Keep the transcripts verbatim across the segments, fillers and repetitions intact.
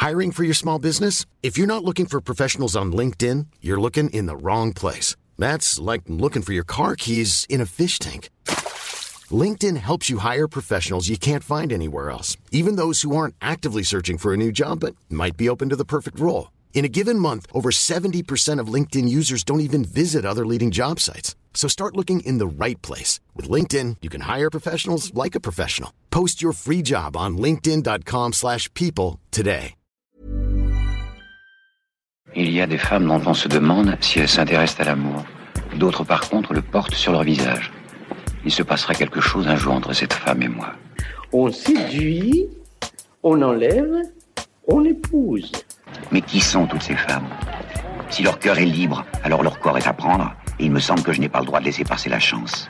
Hiring for your small business? If you're not looking for professionals on LinkedIn, you're looking in the wrong place. That's like looking for your car keys in a fish tank. LinkedIn helps you hire professionals you can't find anywhere else, even those who aren't actively searching for a new job but might be open to the perfect role. In a given month, over seventy percent of LinkedIn users don't even visit other leading job sites. So start looking in the right place. With LinkedIn, you can hire professionals like a professional. Post your free job on linkedin.com slash people today. Il y a des femmes dont on se demande si elles s'intéressent à l'amour. D'autres, par contre, le portent sur leur visage. Il se passera quelque chose un jour entre cette femme et moi. On séduit, on enlève, on épouse. Mais qui sont toutes ces femmes ? Si leur cœur est libre, alors leur corps est à prendre. Et il me semble que je n'ai pas le droit de laisser passer la chance.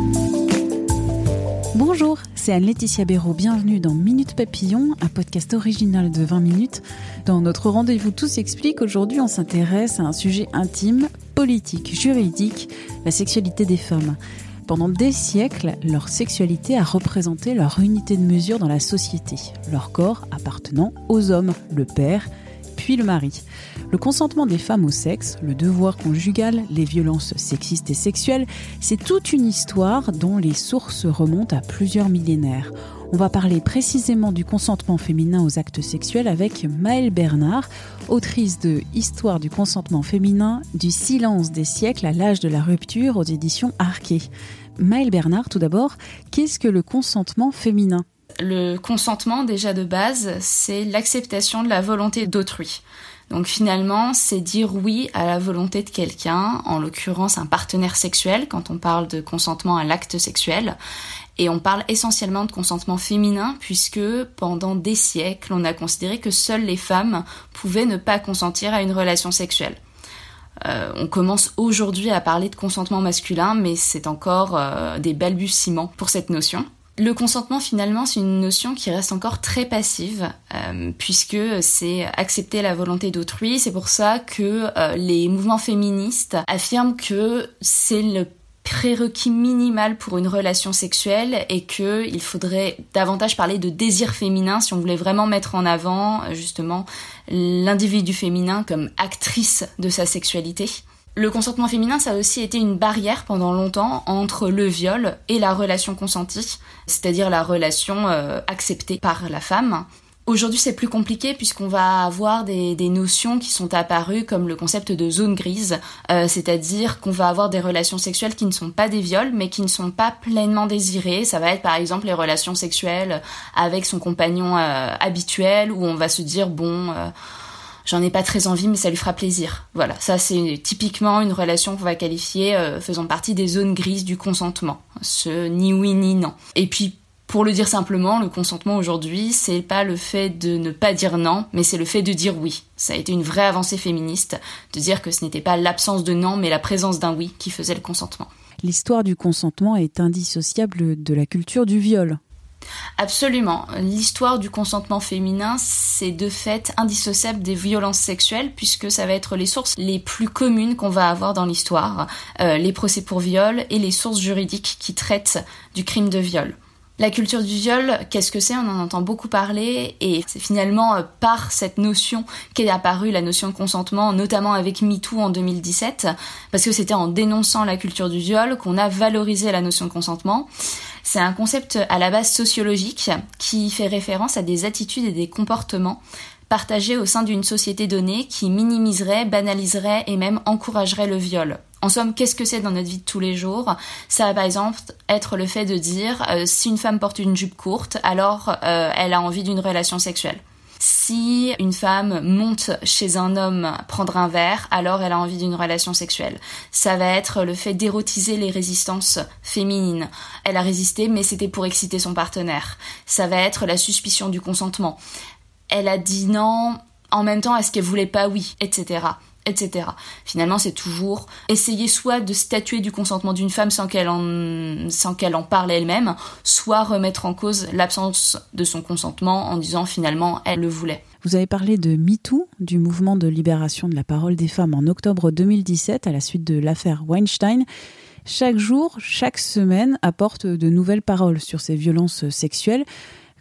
Bonjour, c'est Anne-Laetitia Béraud. Bienvenue dans Minute Papillon, un podcast original de vingt minutes. Dans notre rendez-vous Tout s'explique, aujourd'hui on s'intéresse à un sujet intime, politique, juridique, la sexualité des femmes. Pendant des siècles, leur sexualité a représenté leur unité de mesure dans la société, leur corps appartenant aux hommes, le père, puis le mari. Le consentement des femmes au sexe, le devoir conjugal, les violences sexistes et sexuelles, c'est toute une histoire dont les sources remontent à plusieurs millénaires. On va parler précisément du consentement féminin aux actes sexuels avec Maëlle Bernard, autrice de Histoire du consentement féminin, du silence des siècles à l'âge de la rupture aux éditions Arquet. Maëlle Bernard, tout d'abord, qu'est-ce que le consentement féminin ? Le consentement, déjà de base, c'est l'acceptation de la volonté d'autrui. Donc finalement, c'est dire oui à la volonté de quelqu'un, en l'occurrence un partenaire sexuel, quand on parle de consentement à l'acte sexuel. Et on parle essentiellement de consentement féminin, puisque pendant des siècles, on a considéré que seules les femmes pouvaient ne pas consentir à une relation sexuelle. Euh, on commence aujourd'hui à parler de consentement masculin, mais c'est encore euh, des balbutiements pour cette notion. Le consentement, finalement, c'est une notion qui reste encore très passive, euh, puisque c'est accepter la volonté d'autrui. C'est pour ça que euh, les mouvements féministes affirment que c'est le prérequis minimal pour une relation sexuelle et qu'il faudrait davantage parler de désir féminin si on voulait vraiment mettre en avant, justement, l'individu féminin comme actrice de sa sexualité. Le consentement féminin, ça a aussi été une barrière pendant longtemps entre le viol et la relation consentie, c'est-à-dire la relation euh, acceptée par la femme. Aujourd'hui, c'est plus compliqué puisqu'on va avoir des, des notions qui sont apparues comme le concept de zone grise, euh, c'est-à-dire qu'on va avoir des relations sexuelles qui ne sont pas des viols, mais qui ne sont pas pleinement désirées. Ça va être par exemple les relations sexuelles avec son compagnon euh, habituel, où on va se dire, bon... Euh, J'en ai pas très envie, mais ça lui fera plaisir. Voilà, ça c'est typiquement une relation qu'on va qualifier euh, faisant partie des zones grises du consentement. Ce ni oui ni non. Et puis, pour le dire simplement, le consentement aujourd'hui, c'est pas le fait de ne pas dire non, mais c'est le fait de dire oui. Ça a été une vraie avancée féministe, de dire que ce n'était pas l'absence de non, mais la présence d'un oui qui faisait le consentement. L'histoire du consentement est indissociable de la culture du viol. Absolument. L'histoire du consentement féminin, c'est de fait indissociable des violences sexuelles, puisque ça va être les sources les plus communes qu'on va avoir dans l'histoire, euh, les procès pour viol et les sources juridiques qui traitent du crime de viol. La culture du viol, qu'est-ce que c'est ? On en entend beaucoup parler et c'est finalement euh, par cette notion qu'est apparue la notion de consentement, notamment avec MeToo en deux mille dix-sept, parce que c'était en dénonçant la culture du viol qu'on a valorisé la notion de consentement. C'est un concept à la base sociologique qui fait référence à des attitudes et des comportements partagés au sein d'une société donnée qui minimiserait, banaliserait et même encouragerait le viol. En somme, qu'est-ce que c'est dans notre vie de tous les jours ? Ça va par exemple être le fait de dire euh, si une femme porte une jupe courte, alors euh, elle a envie d'une relation sexuelle. Si une femme monte chez un homme prendre un verre, alors elle a envie d'une relation sexuelle. Ça va être le fait d'érotiser les résistances féminines. Elle a résisté, mais c'était pour exciter son partenaire. Ça va être la suspicion du consentement. Elle a dit non, en même temps, est-ce qu'elle voulait pas oui, et cetera et cetera. Finalement, c'est toujours essayer soit de statuer du consentement d'une femme sans qu'elle en, sans qu'elle en parle elle-même, soit remettre en cause l'absence de son consentement en disant finalement elle le voulait. Vous avez parlé de MeToo, du mouvement de libération de la parole des femmes en octobre deux mille dix-sept à la suite de l'affaire Weinstein. Chaque jour, chaque semaine apporte de nouvelles paroles sur ces violences sexuelles.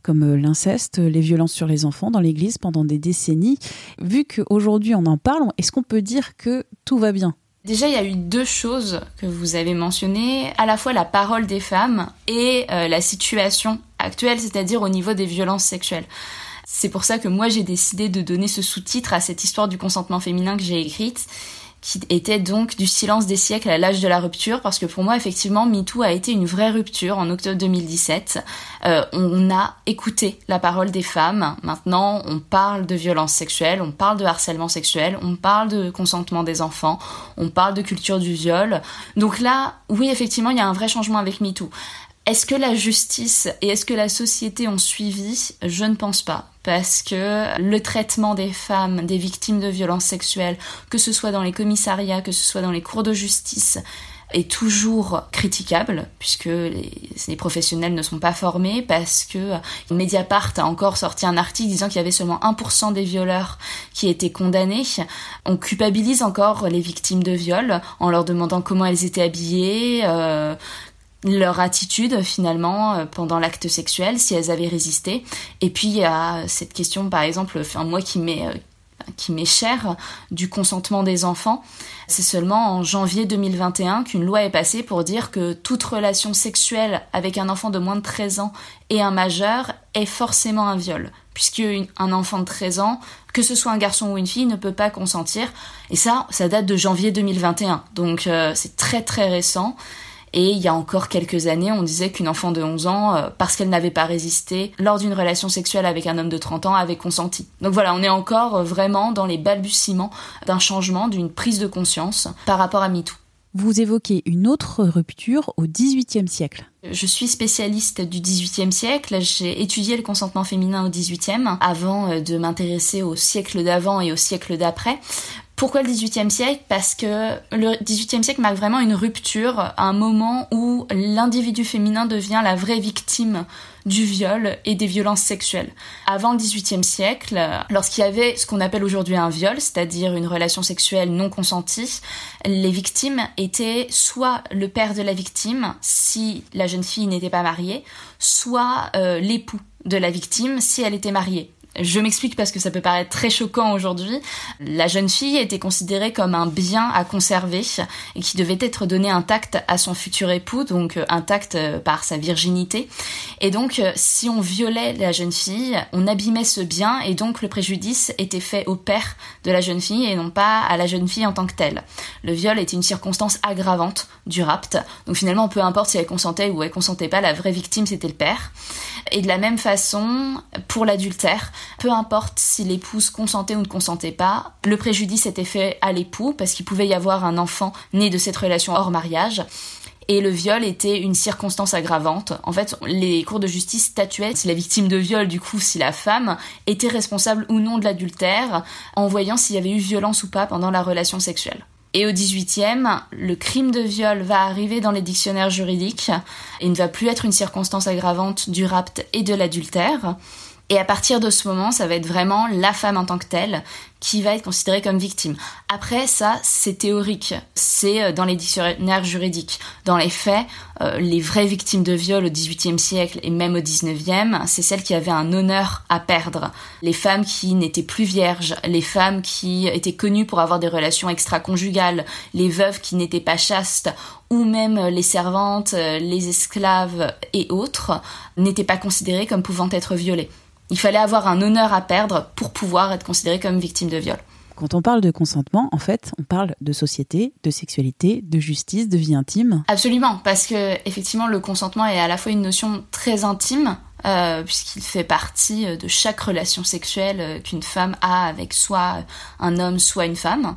comme l'inceste, les violences sur les enfants dans l'Église pendant des décennies. Vu qu'aujourd'hui on en parle, est-ce qu'on peut dire que tout va bien ? Déjà, il y a eu deux choses que vous avez mentionnées, à la fois la parole des femmes et euh, la situation actuelle, c'est-à-dire au niveau des violences sexuelles. C'est pour ça que moi j'ai décidé de donner ce sous-titre à cette histoire du consentement féminin que j'ai écrite, qui était donc du silence des siècles à l'âge de la rupture, parce que pour moi, effectivement, MeToo a été une vraie rupture en octobre deux mille dix-sept. Euh, on a écouté la parole des femmes. Maintenant, on parle de violences sexuelles, on parle de harcèlement sexuel, on parle de consentement des enfants, on parle de culture du viol. Donc là, oui, effectivement, il y a un vrai changement avec MeToo. Est-ce que la justice et est-ce que la société ont suivi ? Je ne pense pas. Parce que le traitement des femmes, des victimes de violences sexuelles, que ce soit dans les commissariats, que ce soit dans les cours de justice, est toujours critiquable, puisque les, les professionnels ne sont pas formés, parce que Mediapart a encore sorti un article disant qu'il y avait seulement un pour cent des violeurs qui étaient condamnés. On culpabilise encore les victimes de viol en leur demandant comment elles étaient habillées, euh, leur attitude finalement pendant l'acte sexuel, si elles avaient résisté. Et puis il y a cette question, par exemple, enfin, moi qui m'est, euh, qui m'est chère, du consentement des enfants. C'est seulement en janvier deux mille vingt et un qu'une loi est passée pour dire que toute relation sexuelle avec un enfant de moins de treize ans et un majeur est forcément un viol, puisque un enfant de treize ans, que ce soit un garçon ou une fille, ne peut pas consentir. Et ça, ça date de janvier deux mille vingt et un, donc euh, c'est très très récent. Et il y a encore quelques années, on disait qu'une enfant de onze ans, euh, parce qu'elle n'avait pas résisté, lors d'une relation sexuelle avec un homme de trente ans, avait consenti. Donc voilà, on est encore euh, vraiment dans les balbutiements d'un changement, d'une prise de conscience par rapport à MeToo. Vous évoquez une autre rupture au dix-huitième siècle. Je suis spécialiste du dix-huitième siècle, j'ai étudié le consentement féminin au dix-huitième, avant de m'intéresser au siècle d'avant et au siècle d'après. Pourquoi le dix-huitième siècle ? Parce que le dix-huitième siècle marque vraiment une rupture, un moment où l'individu féminin devient la vraie victime du viol et des violences sexuelles. Avant le dix-huitième siècle, lorsqu'il y avait ce qu'on appelle aujourd'hui un viol, c'est-à-dire une relation sexuelle non consentie, les victimes étaient soit le père de la victime, si la jeune fille n'était pas mariée, soit euh, l'époux de la victime, si elle était mariée. Je m'explique parce que ça peut paraître très choquant aujourd'hui. La jeune fille était considérée comme un bien à conserver et qui devait être donné intact à son futur époux, donc intact par sa virginité. Et donc, si on violait la jeune fille, on abîmait ce bien et donc le préjudice était fait au père de la jeune fille et non pas à la jeune fille en tant que telle. Le viol était une circonstance aggravante du rapt. Donc finalement, peu importe si elle consentait ou elle consentait pas, la vraie victime c'était le père. Et de la même façon, pour l'adultère, peu importe si l'épouse consentait ou ne consentait pas, le préjudice était fait à l'époux parce qu'il pouvait y avoir un enfant né de cette relation hors mariage. Et le viol était une circonstance aggravante. En fait, les cours de justice statuaient si la victime de viol, du coup, si la femme était responsable ou non de l'adultère, en voyant s'il y avait eu violence ou pas pendant la relation sexuelle. Et au dix-huitième, le crime de viol va arriver dans les dictionnaires juridiques et ne va plus être une circonstance aggravante du rapt et de l'adultère. Et à partir de ce moment, ça va être vraiment la femme en tant que telle qui va être considérée comme victime. Après, ça, c'est théorique. C'est dans les dictionnaires juridiques. Dans les faits, euh, les vraies victimes de viol au dix-huitième siècle et même au dix-neuvième, c'est celles qui avaient un honneur à perdre. Les femmes qui n'étaient plus vierges, les femmes qui étaient connues pour avoir des relations extra-conjugales, les veuves qui n'étaient pas chastes, ou même les servantes, les esclaves et autres, n'étaient pas considérées comme pouvant être violées. Il fallait avoir un honneur à perdre pour pouvoir être considéré comme victime de viol. Quand on parle de consentement, en fait, on parle de société, de sexualité, de justice, de vie intime. Absolument, parce que effectivement, le consentement est à la fois une notion très intime, euh, puisqu'il fait partie de chaque relation sexuelle qu'une femme a avec soit un homme, soit une femme,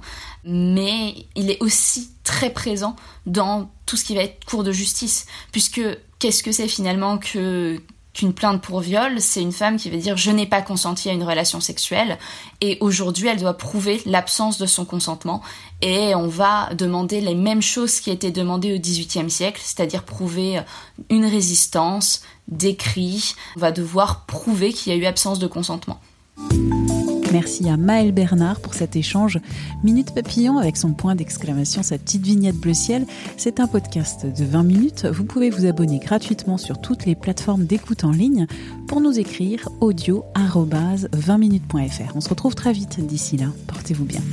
mais il est aussi très présent dans tout ce qui va être cours de justice, puisque qu'est-ce que c'est finalement que qu'une plainte pour viol, c'est une femme qui va dire « je n'ai pas consenti à une relation sexuelle » et aujourd'hui, elle doit prouver l'absence de son consentement et on va demander les mêmes choses qui étaient demandées au dix-huitième siècle, c'est-à-dire prouver une résistance, des cris, on va devoir prouver qu'il y a eu absence de consentement. Merci à Maëlle Bernard pour cet échange. Minute Papillon avec son point d'exclamation, sa petite vignette bleu ciel. C'est un podcast de vingt minutes. Vous pouvez vous abonner gratuitement sur toutes les plateformes d'écoute en ligne pour nous écrire audio arobase vingt minutes point f r. On se retrouve très vite d'ici là. Portez-vous bien.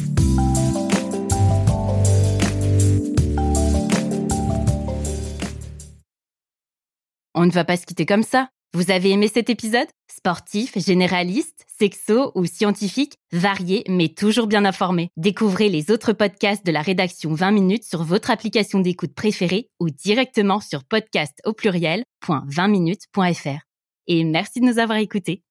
On ne va pas se quitter comme ça. Vous avez aimé cet épisode ? Sportif, généraliste, sexo ou scientifique, varié mais toujours bien informé. Découvrez les autres podcasts de la rédaction vingt minutes sur votre application d'écoute préférée ou directement sur podcast au pluriel point vingt minutes point f r. Et merci de nous avoir écoutés.